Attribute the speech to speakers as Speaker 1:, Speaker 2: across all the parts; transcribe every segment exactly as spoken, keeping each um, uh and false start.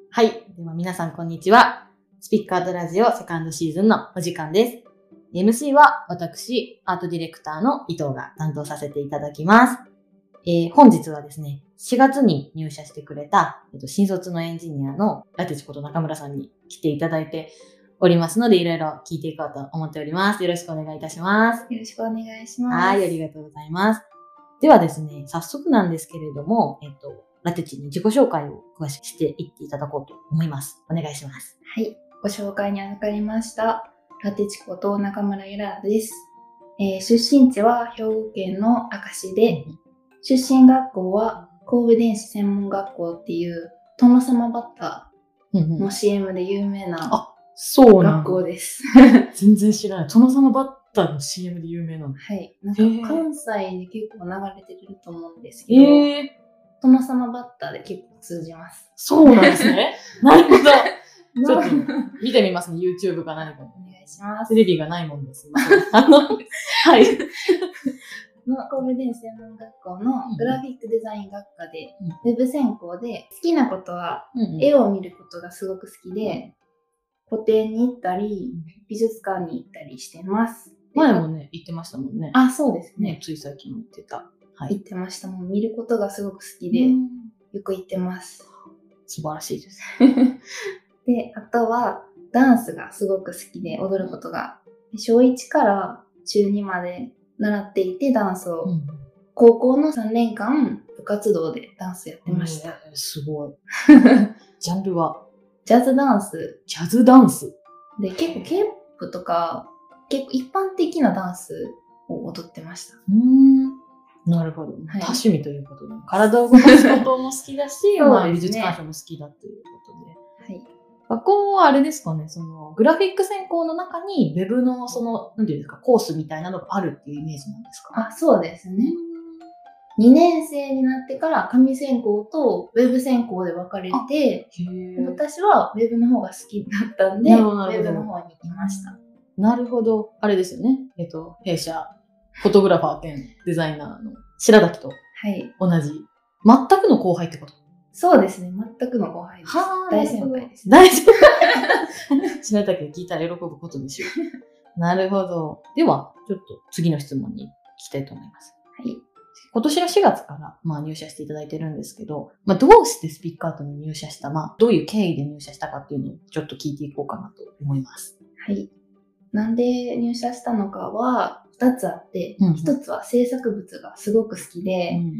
Speaker 1: はい。では皆さんこんにちは。スピックアートラジオセカンドシーズンのお時間です。エムシー は私、アートディレクターの伊藤が担当させていただきます。えー、本日はですね、しがつに入社してくれた、えっと、新卒のエンジニアのラテチこと中村さんに来ていただいておりますので、いろいろ聞いていこうと思っております。よろしくお願いいたします。
Speaker 2: よろしくお願いします。
Speaker 1: はい、ありがとうございます。ではですね、早速なんですけれども、えっと、ラテチに自己紹介を詳しくしていっていただこうと思います。お願いします。
Speaker 2: はい、ご紹介に預かりました。ラテチこと中村ゆらです。えー、出身地は兵庫県の明石で、うん、出身学校は神戸電子専門学校っていう殿様バッターの シーエム で有名な学校です。
Speaker 1: 全然知らない。殿様バッターの シーエム で有名なの。
Speaker 2: はい。なんか関西で結構流れてると思うんですけど、えー、殿様バッターで結構通じます。
Speaker 1: そうなんですね。なるほど。ちょっと見てみますね。YouTube か何か。
Speaker 2: お願いします。
Speaker 1: テレビがないもんです。あの、はい。
Speaker 2: の神戸電子専門学校のグラフィックデザイン学科で、うん、ウェブ専攻で、好きなことは絵を見ることがすごく好きで、個展に行ったり、美術館に行ったりしてます。
Speaker 1: 前もね、行ってましたもんね。
Speaker 2: あ、そうですね。
Speaker 1: ね、つい最近も行ってた。
Speaker 2: はい。行ってました。もう見ることがすごく好きで、よく行ってます。
Speaker 1: 素晴らしいです。
Speaker 2: で、あとは、ダンスがすごく好きで、踊ることが。しょういちからちゅうにまで習っていて、ダンスを。うん、高校のさんねんかん、部活動でダンスやってました。
Speaker 1: えー、すごい。ジャンルは
Speaker 2: ジャズダンス。
Speaker 1: ジャズダンス
Speaker 2: で、結構 K-ポップ とか、結構一般的なダンスを踊ってました。
Speaker 1: うーん、なるほど。はい、多趣味ということで、体を動かすことも好きだし、まあ、美術鑑賞も好きだということで。はい。学校はあれですかね、その、グラフィック専攻の中に、ウェブのその、なんていうんですか、コースみたいなのがあるっていうイメージなんですか？
Speaker 2: あ、そうですね。にねん生になってから紙専攻とウェブ専攻で分かれて、私はウェブの方が好きだったんで、ウェブの方に行きました。
Speaker 1: なるほど。あれですよね。えっと、弊社、フォトグラファー兼デザイナーの白滝と同じ、はい、全くの後輩ってこと？
Speaker 2: そうですね。全くの後輩です。大先輩です、
Speaker 1: ね。大先輩。白滝が聞いたら喜ぶことでしょう。なるほど。では、ちょっと次の質問に行きたいと思います。はい。今年のしがつから、まあ、入社していただいてるんですけど、まあ、どうしてスピックアートに入社した、まあ、どういう経緯で入社したかっていうのをちょっと聞いていこうかなと思います。
Speaker 2: はい。なんで入社したのかはふたつあって、うんうん、ひとつは制作物がすごく好きで、うんうんうん、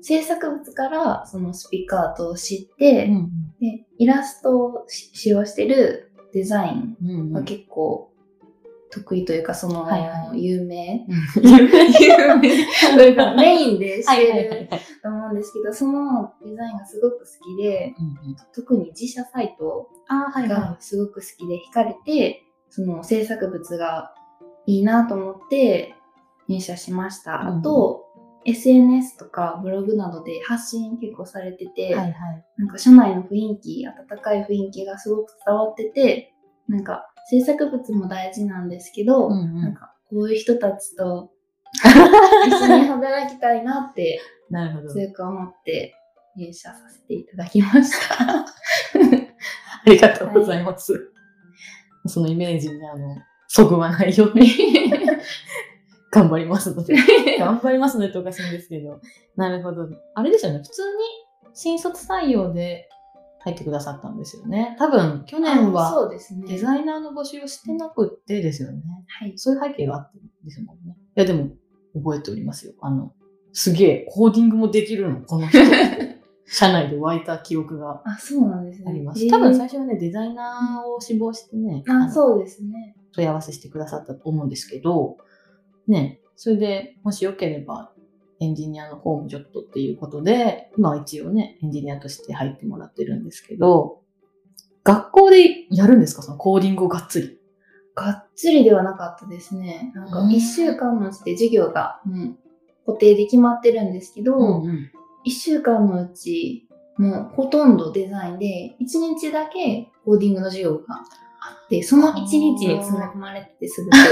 Speaker 2: 制作物からそのスピックアートを知って、うんうん、でイラストを使用してるデザインが結構得意というか、その、はいはい、有名、有名というかメインでしてると思うんですけど、そのデザインがすごく好きで、うんうん、特に自社サイトがすごく好きで惹かれて、その制作物がいいなと思って入社しました。うん、あと、エスエヌエス とかブログなどで発信結構されてて、はいはい、なんか社内の雰囲気、温かい雰囲気がすごく伝わってて、なんか制作物も大事なんですけど、うんうん、なんかこういう人たちと一緒に働きたいなって強く思って入社させていただきました。
Speaker 1: ありがとうございます。はい、そのイメージにあの、そぐわないように頑張りますので。頑張りますのでっておかしいんですけど。なるほど。あれですよね。普通に新卒採用で入ってくださったんですよね。多分、去年はデザイナーの募集をしてなくってですよね。はい。そういう背景があってですもんね。いや、でも、覚えておりますよ。あの、すげえ、コーディングもできるの、この人。社内で湧いた記憶があります。多分最初はね、デザイナーを志望してね、
Speaker 2: あ、そうですね。
Speaker 1: 問い合わせしてくださったと思うんですけど、ね、それでもしよければエンジニアの方もちょっとっていうことで、今は一応ね、エンジニアとして入ってもらってるんですけど、学校でやるんですか？そのコーディングをがっつり。
Speaker 2: がっつりではなかったですね。なんかいっしゅうかんのうちで授業が、うん、固定で決まってるんですけど、うんうん、いっしゅうかんのうち、もうほとんどデザインで、いちにちだけコーディングの授業があって、そのいちにちに詰め込まれてすぐ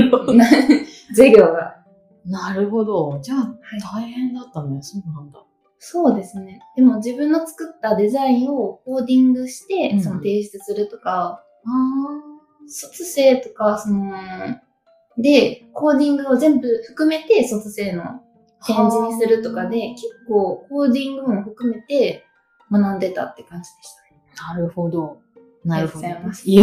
Speaker 2: 授業が。
Speaker 1: なるほど。じゃあ、大変だったね。そうなんだ。
Speaker 2: そうですね。でも自分の作ったデザインをコーディングして、
Speaker 1: うん、
Speaker 2: その提出するとか、
Speaker 1: あ
Speaker 2: 卒生とか、その、で、コーディングを全部含めて卒生の展示にするとかで、結構コーディングも含めて学んでたって感じでした
Speaker 1: ね。なるほど。なるほど。
Speaker 2: ありがとうございます。
Speaker 1: い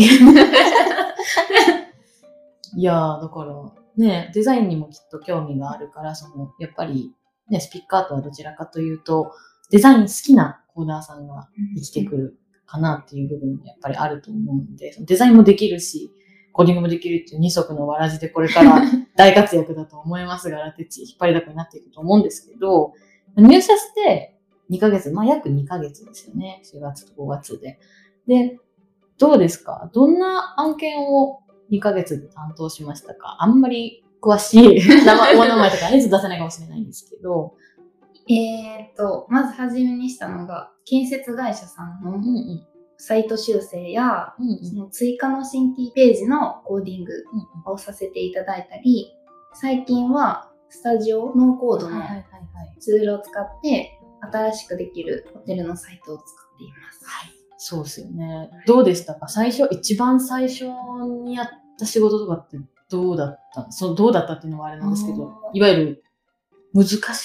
Speaker 1: やー、だから、ね、デザインにもきっと興味があるから、その、やっぱり、ね、スピッカートはどちらかというと、デザイン好きなコーダーさんが生きてくるかなっていう部分もやっぱりあると思うので、そのデザインもできるし、コーディングもできるっていう二足のわらじでこれから大活躍だと思いますが、ラテッチ引っ張りだこになっていくと思うんですけど、入社してにかげつ、まあ約にかげつですよね。しがつとごがつで。で、どうですか？どんな案件をにかげつで担当しましたか？あんまり詳しい名前、お名前とかね、出せないかもしれないんですけど。
Speaker 2: えーっと、まず初めにしたのが、建設会社さんのサイト修正や、うんうん、その追加の新規ページのコーディングをさせていただいたり、最近はスタジオ、ノーコードのツールを使って新しくできるホテルのサイトを作っています。
Speaker 1: はい。そうですよね。どうでしたか？最初、一番最初にやった仕事とかってどうだったそのどうだったっていうのはあれなんですけど、いわゆる難しかった。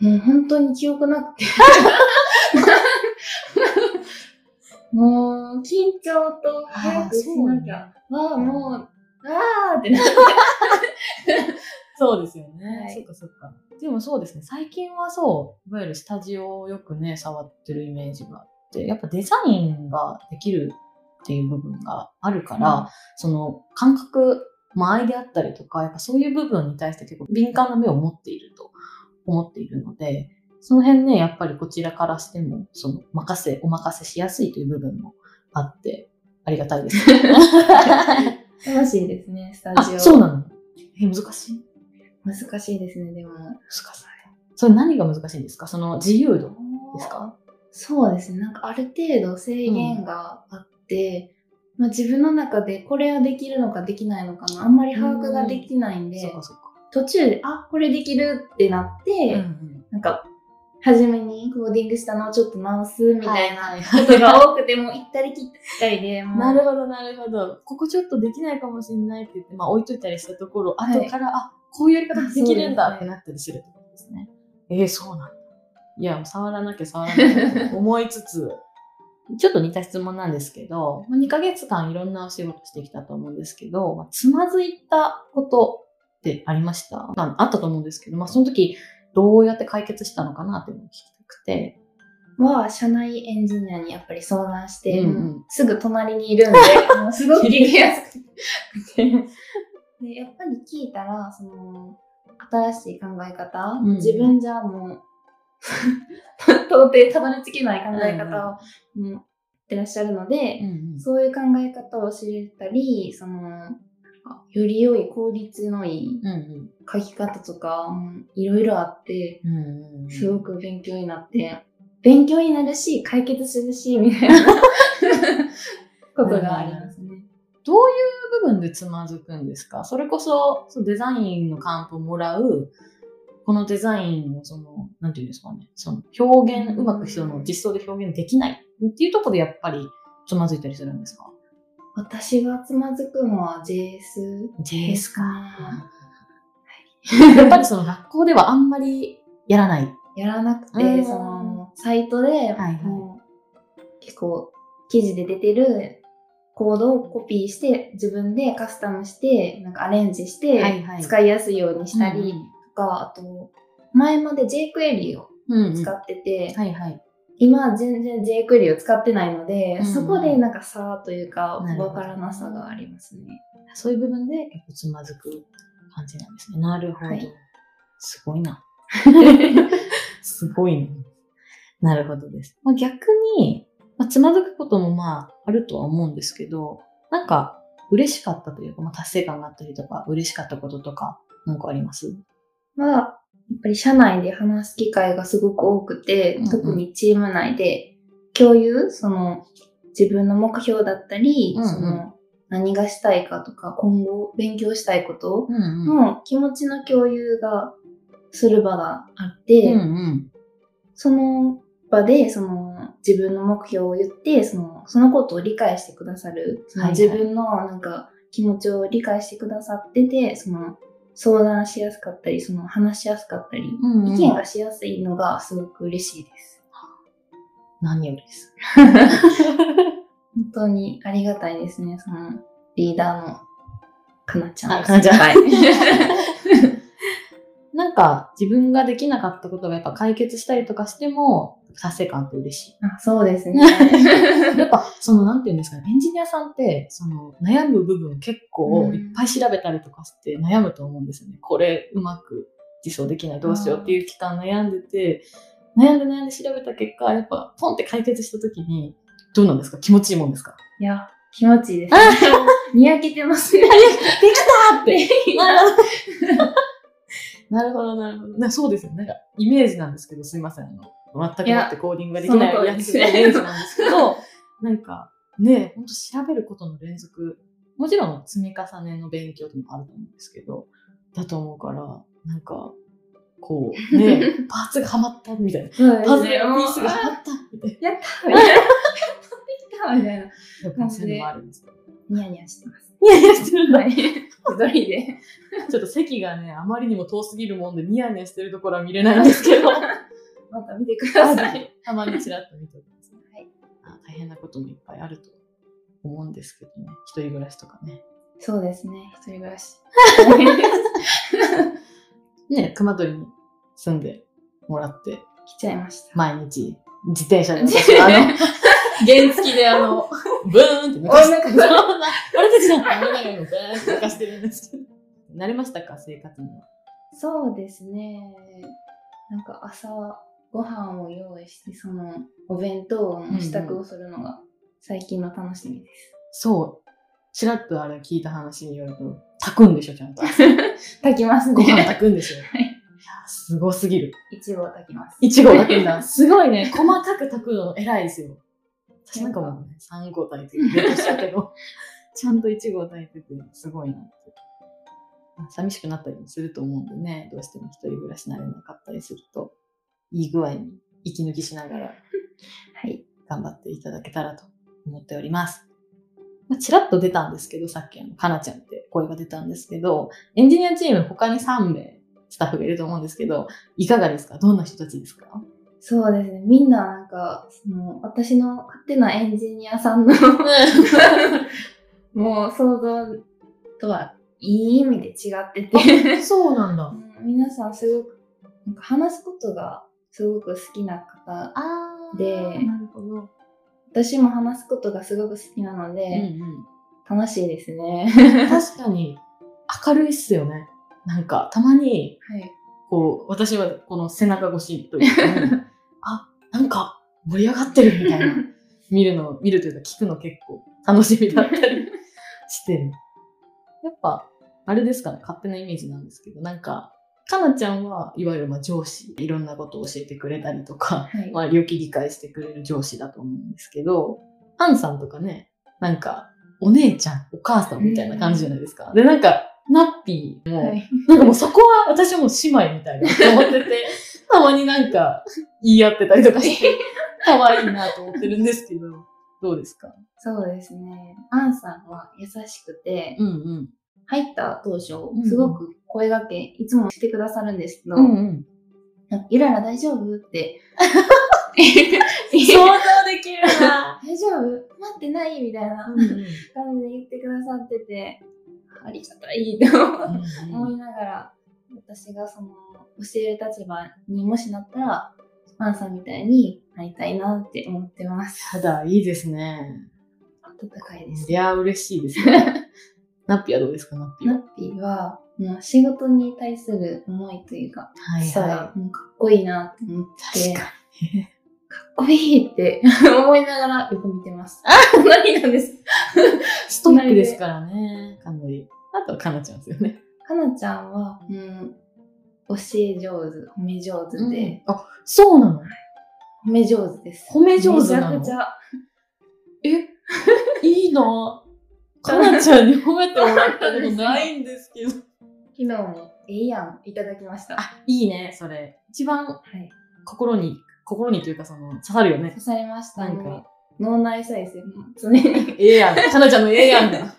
Speaker 2: もう本当に記憶なくて。もう緊張と早くしなきゃ。わあ、もう、あーってなって。
Speaker 1: そうですよね。
Speaker 2: はい、
Speaker 1: そっかそっか。でもそうですね。最近はそう、いわゆるスタジオをよくね、触ってるイメージがあって、やっぱデザインができるっていう部分があるから、うん、その感覚、間合いであったりとか、やっぱそういう部分に対して結構敏感な目を持っていると思っているので、その辺ね、やっぱりこちらからしても、その、任せ、お任せしやすいという部分もあって、ありがたいです。
Speaker 2: 楽しいですね、スタジオ。
Speaker 1: あ、そうなの？え、難しい？
Speaker 2: 難しいですね、でも。難しい。
Speaker 1: それ何が難しいんですか？その自由度ですか？
Speaker 2: そうですね、なんかある程度制限があって、うん、まあ、自分の中でこれはできるのかできないのかな、あんまり把握ができないんで、
Speaker 1: そうかそうか。
Speaker 2: 途中で、あ、これできるってなって、うんうん、なんか、初めにコーディングしたのをちょっと直すみたいなことが多くて、もう行ったり来たりで。
Speaker 1: なるほど、なるほど。ここちょっとできないかもしれないって言って、まあ置いといたりしたところ、後から、はい、あ、こういうやり方できるんだってなったりするってことですね。えー、そうなんだ。いや、もう触らなきゃ触らなきゃ思いつつ、ちょっと似た質問なんですけど、にかげつかんいろんなお仕事してきたと思うんですけど、つまずいたことってありました？まあ、あったと思うんですけど、まあその時どうやって解決したのかなっていうのを聞きたくて。
Speaker 2: は、社内エンジニアにやっぱり相談して、うんうん、すぐ隣にいるんで、もうすごく聞きやすくて。で、やっぱり聞いたら、その、新しい考え方、うん、自分じゃもう、到底たどり着けない考え方を持ってらっしゃるので、うんうん、そういう考え方を知れたり、その、より良い効率のいい書き方とか、うん、いろいろあって、うんうん、すごく勉強になって、勉強になるし、解決するし、みたいなことがありますね。
Speaker 1: どういう部分でつまずくんですか？それこそ、そデザインのカンプをもらう、このデザインのその、なんていうんですかね、その表現、うまくその実装で表現できないっていうところでやっぱりつまずいたりするんですか？
Speaker 2: 私がつまずくのは ジェイエス。
Speaker 1: ジェイエス か。やっぱりその学校ではあんまりやらない。
Speaker 2: やらなくて、その、サイトで、はいはい、結構、記事で出てるコードをコピーして、自分でカスタムして、なんかアレンジして、使いやすいようにしたりとか、はいはい、あと、前まで jQuery を使ってて、うんうんはいはい、今全然 jQuery を使ってないので、うんうん、そこでなんか差というか、わからなさがありますね。
Speaker 1: そういう部分で結構つまずく感じなんですね。なるほど。はい、すごいな。すごいね。なるほどです。まあ、逆に、まあ、つまずくこともまああるとは思うんですけど、なんか嬉しかったというか、まあ、達成感があったりとか、嬉しかったこととか、なんかあります？
Speaker 2: は、やっぱり社内で話す機会がすごく多くて、うんうん、特にチーム内で共有、その自分の目標だったり、うんうん、その何がしたいかとか、今後勉強したいことの気持ちの共有がする場があって、うんうん、 その場でその自分の目標を言って、そのそのことを理解してくださる、その自分のなんか気持ちを理解してくださってて、その相談しやすかったり、その話しやすかったり、うんうん、意見がしやすいのがすごく嬉しいです。
Speaker 1: 何よりです。
Speaker 2: 本当にありがたいですね、そのリーダーのかなちゃんです。
Speaker 1: かなちゃん。はい。なんか自分ができなかったことがやっぱ解決したりとかしても達成感って嬉しい。
Speaker 2: あ、そうですね。
Speaker 1: やっぱそのなんていうんですかね、エンジニアさんってその悩む部分結構いっぱい調べたりとかして悩むと思うんですよね。これうまく実装できないどうしようっていう期間悩んでて、悩んで悩んで調べた結果やっぱポンって解決した時にどうなんですか？気持ちいいもんですか？
Speaker 2: いや、気持ちいいですね。にやけてますね。
Speaker 1: できたって。なるほど、なるほど。なそうですよ。なんか、イメージなんですけど、すいません。あの、全くもってコーディングができないやつのイメージなんですけど、なんか、ね、ほんと調べることの連続、もちろん積み重ねの勉強ともあると思うんですけど、だと思うから、なんか、こう、ね、パーツがはまったみたいな。パズルのピースがはまったみたいな。
Speaker 2: やったみたいな。やったみたいな感じで。
Speaker 1: そういうのもあるんですけど。
Speaker 2: ニヤニヤしてます。
Speaker 1: ニヤニヤしてるんだ。
Speaker 2: 一人で。
Speaker 1: ちょっと席がね、あまりにも遠すぎるもんで、ニヤニヤしてるところは見れないんですけど。
Speaker 2: また見てください。
Speaker 1: たまにちらっと見ておきます、ね。
Speaker 2: はい。
Speaker 1: あ、大変なこともいっぱいあると思うんですけどね。一人暮らしとかね。
Speaker 2: そうですね。一人暮らし。
Speaker 1: ね、熊取に住んでもらって。
Speaker 2: 来ちゃいました。
Speaker 1: 毎日、自転車で私はあの、原付であの、ブーンって抜かしてる。俺たちだって思いながらブーンって抜かしてるんですけど。慣れましたか、生活には。
Speaker 2: そうですね。なんか朝ご飯を用意して、そのお弁当の支度をするのが最近の楽しみです。
Speaker 1: うんうん、そう。ちらっとあれ聞いた話によると、炊くんでしょ、ちゃんと。
Speaker 2: 炊きますね。
Speaker 1: ご飯炊くんでしょ。はい。いや、すごすぎる。
Speaker 2: いちごを炊きます。
Speaker 1: いちごを炊くんだ。すごいね。細かく炊くの偉いですよ。私なんかもうね、さんこ炊いてる。冷凍しちゃうけど、ちゃんといちごを炊いてて、すごいなって。寂しくなったりもすると思うんでね、どうしても一人暮らし慣れなかったりすると、いい具合に息抜きしながら、はい、頑張っていただけたらと思っております。まあ、ちらっと出たんですけど、さっきあの、かなちゃんって声が出たんですけど、エンジニアチーム他にさんめいスタッフがいると思うんですけど、いかがですか？どんな人たちですか？
Speaker 2: そうですね。みんななんか、その私の勝手なエンジニアさんのもう想像とはいい意味で違ってて
Speaker 1: そうなんだ。
Speaker 2: 皆さんすごくなんか話すことがすごく好きな方で、
Speaker 1: なるほど。
Speaker 2: 私も話すことがすごく好きなので、うんうん、楽しいですね。
Speaker 1: 確かに明るいっすよね。なんかたまに、はい、こう私はこの背中越しというか、ね、あ、なんか盛り上がってるみたいな見るの見るというか聞くの結構楽しみだったりしてる。やっぱあれですかね、勝手なイメージなんですけど、なんかかなちゃんはいわゆるまあ上司、いろんなことを教えてくれたりとか、はい、まあ良き理解してくれる上司だと思うんですけど、アンさんとかね、なんかお姉ちゃん、お母さんみたいな感じじゃないですか。で、なんかナッピーも、はい、なんかもうそこは私はもう姉妹みたいなと思ってて、たまになんか言い合ってたりとかして、可愛いなと思ってるんですけど、どうですか？
Speaker 2: そうですね。アンさんは優しくて、
Speaker 1: うんうん、
Speaker 2: 入った当初、すごく声掛け、いつもしてくださるんですけど、
Speaker 1: うんうん、
Speaker 2: ゆらら大丈夫って
Speaker 1: 想像できるな。
Speaker 2: 大丈夫？待ってないみたいな感じで言ってくださってて、ありがたいと思いながら、私がその教える立場にもしなったら、アンさんみたいになりたいなって思ってます。
Speaker 1: ただ、いいですね。
Speaker 2: 温かいです。
Speaker 1: いや、嬉しいですね。ナッピーはどうですか、ナッピーは。
Speaker 2: ナッピーは、もう仕事に対する思いというか、
Speaker 1: はいはい、
Speaker 2: もうかっこいいなって思って、
Speaker 1: 確かに。
Speaker 2: かっこいいって思いながらよく見てます。あ、何なんです
Speaker 1: ストックですからね、かなり。あとはかなちゃんですよね。
Speaker 2: かなちゃんは、うん、教え上手、褒め上手で。
Speaker 1: うん、あ、そうなの？
Speaker 2: 褒め上手です。
Speaker 1: 褒め上手なの？
Speaker 2: めちゃくちゃ。
Speaker 1: え、いいな。かなちゃんに褒めてもらったことないんですけど。昨
Speaker 2: 日もええやんいただきました。
Speaker 1: あ、いいね、それ。一番心に心にというかその、刺さるよね。
Speaker 2: 刺さりました。
Speaker 1: なんか。
Speaker 2: 脳内再生も常に。
Speaker 1: ええやん。かなちゃんのええやんが。な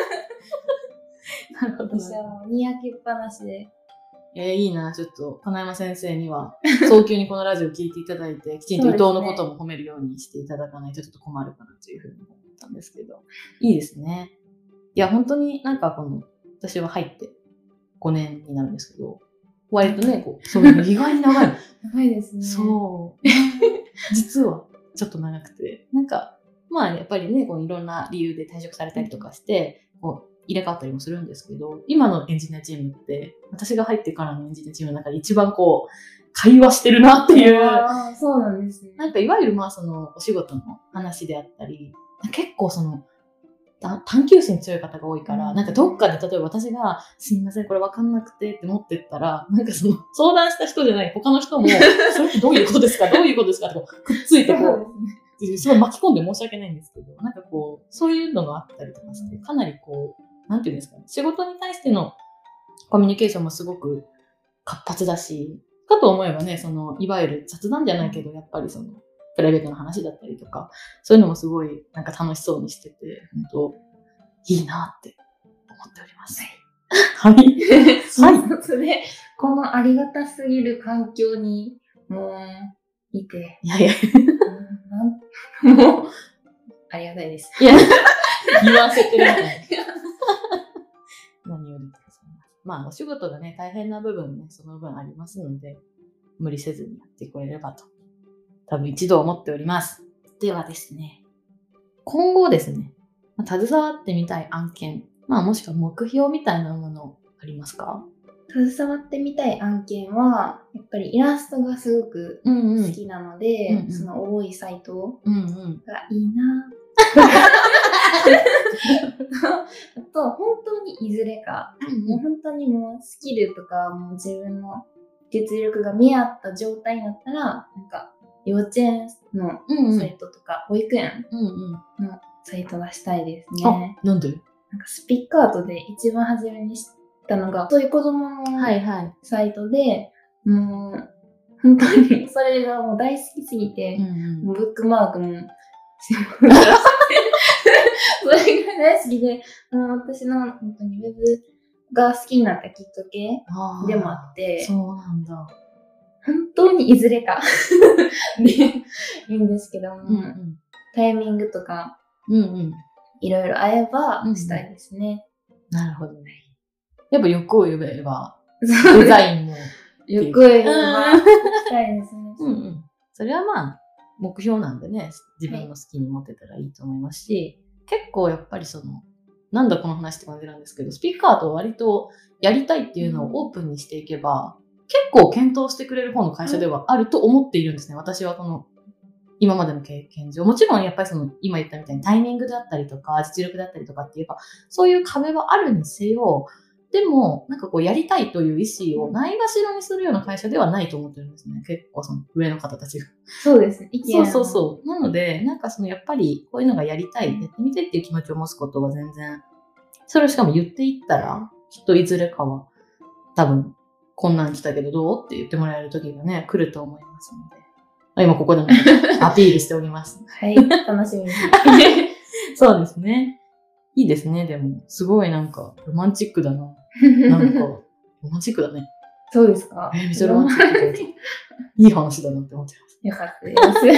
Speaker 1: るほど。
Speaker 2: 私はもうにやけっぱなしで。
Speaker 1: えー、いいな、ちょっと、金山先生には、早急にこのラジオを聞いていただいて、きちんと伊藤のことも褒めるようにしていただかないとちょっと困るかなというふうに思ったんですけど、いいですね。いや、本当になんかこの、私は入ってごねんになるんですけど、割とね、こう、そういうの意外に長い。
Speaker 2: 長いですね。
Speaker 1: そう。実は、ちょっと長くて、なんか、まあやっぱりね、こういろんな理由で退職されたりとかして、こう、入れ替わったりもするんですけど、今のエンジニアチームって、私が入ってからのエンジニアチームの中で一番こう、会話してるなっていう。
Speaker 2: ああ、そうなんですね。
Speaker 1: なんかいわゆるまあそのお仕事の話であったり、結構その、探求心強い方が多いから、うん、なんかどっかで例えば私が、すいません、これわかんなくてって持ってったら、なんかその相談した人じゃない他の人も、それってどういうことですかどういうことですかってこうくっついてこう、すごい巻き込んで申し訳ないんですけど、なんかこう、そういうのがあったりとかして、かなりこう、なんていうんですかね、仕事に対してのコミュニケーションもすごく活発だし、かと思えばね、その、いわゆる雑談じゃないけど、やっぱりその、プライベートの話だったりとか、そういうのもすごいなんか楽しそうにしてて、本当いいなって思っております。はい。はい。
Speaker 2: はい。それ、このありがたすぎる環境に、もう、いて。
Speaker 1: いやいや。
Speaker 2: うん、もう、ありがたいです。
Speaker 1: いや、言わせてるみたいな。何よりでございます。まあ、お仕事がね、大変な部分ね、その分ありますので、無理せずにやってくれればと、多分一度思っております。ではですね、今後ですね、携わってみたい案件、まあもしくは目標みたいなものありますか？
Speaker 2: 携わってみたい案件は、やっぱりイラストがすごく好きなので、うんうん、その多いサイトがいいな。うんうん、あと、本当にいずれか、うんうん、もう本当にもうスキルとか、もう自分の実力が見合った状態になったら、なんか幼稚園のサイトとか、うんうん、保育園のサイトがしたいですね。
Speaker 1: あ、なんで？
Speaker 2: なんかスピッカートで一番初めにしたのが、そういう子供のサイトで、はいはい、もう本当にそれがもう大好きすぎて、うんうん、もうブックマークもそれが大好きで、もう私の本当にウェブが好きになったきっかけでもあって、
Speaker 1: そうなんだ。
Speaker 2: 本当にいずれかでいいんですけども、うんうん、タイミングとか、うんうん、いろいろ合えばしたいですね。
Speaker 1: うんうん、なるほどね。やっぱ欲を言えば、デザインも。
Speaker 2: 欲を言えばしたいですね。
Speaker 1: うんうん。それはまあ、目標なんでね、自分の好きに持ってたらいいと思いますし、はい、結構やっぱりその、なんだこの話って感じなんですけど、スピーカーと割とやりたいっていうのをオープンにしていけば、結構検討してくれる方の会社ではあると思っているんですね。私はこの、今までの経験上。もちろんやっぱりその、今言ったみたいにタイミングだったりとか、実力だったりとかって言えば、そういう壁はあるにせよ、でも、なんかこう、やりたいという意思をないがしろにするような会社ではないと思ってるんですね。結構その、上の方たちが。
Speaker 2: そうですね。
Speaker 1: そうそうそう。なので、なんかその、やっぱり、こういうのがやりたい、やってみてっていう気持ちを持つことは全然、それをしかも言っていったら、きっといずれかは、多分、こんなん来たけどどうって言ってもらえる時がね、来ると思いますので。今ここでもアピールしております。
Speaker 2: はい、楽しみに。
Speaker 1: そうですね。いいですね、でも。すごいなんか、ロマンチックだな。なんか、ロマンチックだね。
Speaker 2: そうですか。
Speaker 1: えー、めっちゃロマンチックで。いい話だなって思ってます。
Speaker 2: よかったです。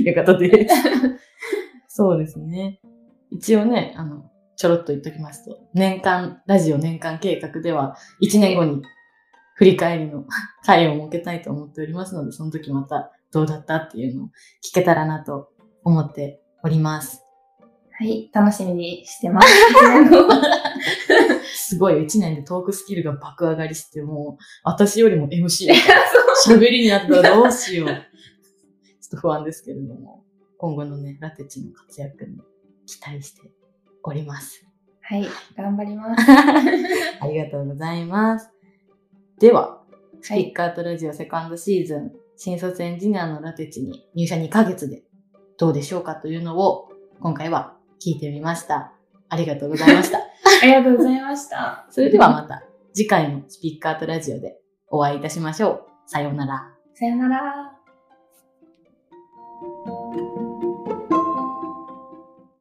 Speaker 1: よかったです。そうですね。一応ね、あの、ちょろっと言っときますと、年間、ラジオ年間計画では、いちねんごに振り返りの会を設けたいと思っておりますので、その時またどうだったっていうのを聞けたらなと思っております。
Speaker 2: はい、楽しみにしてます。
Speaker 1: すごい、いちねんでトークスキルが爆上がりして、もう、私よりも エムシー 喋りになったらどうしよう。ちょっと不安ですけれども、今後のね、ラテチの活躍に期待しております。
Speaker 2: はい、頑張ります。
Speaker 1: ありがとうございます。では、スピッカートラジオセカンドシーズン、新卒エンジニアのラテチに入社にかげつでどうでしょうかというのを、今回は聞いてみました。ありがとうございました。
Speaker 2: ありがとうございました。
Speaker 1: それではまた次回のスピッカートラジオでお会いいたしましょう。さようなら。
Speaker 2: さよなら。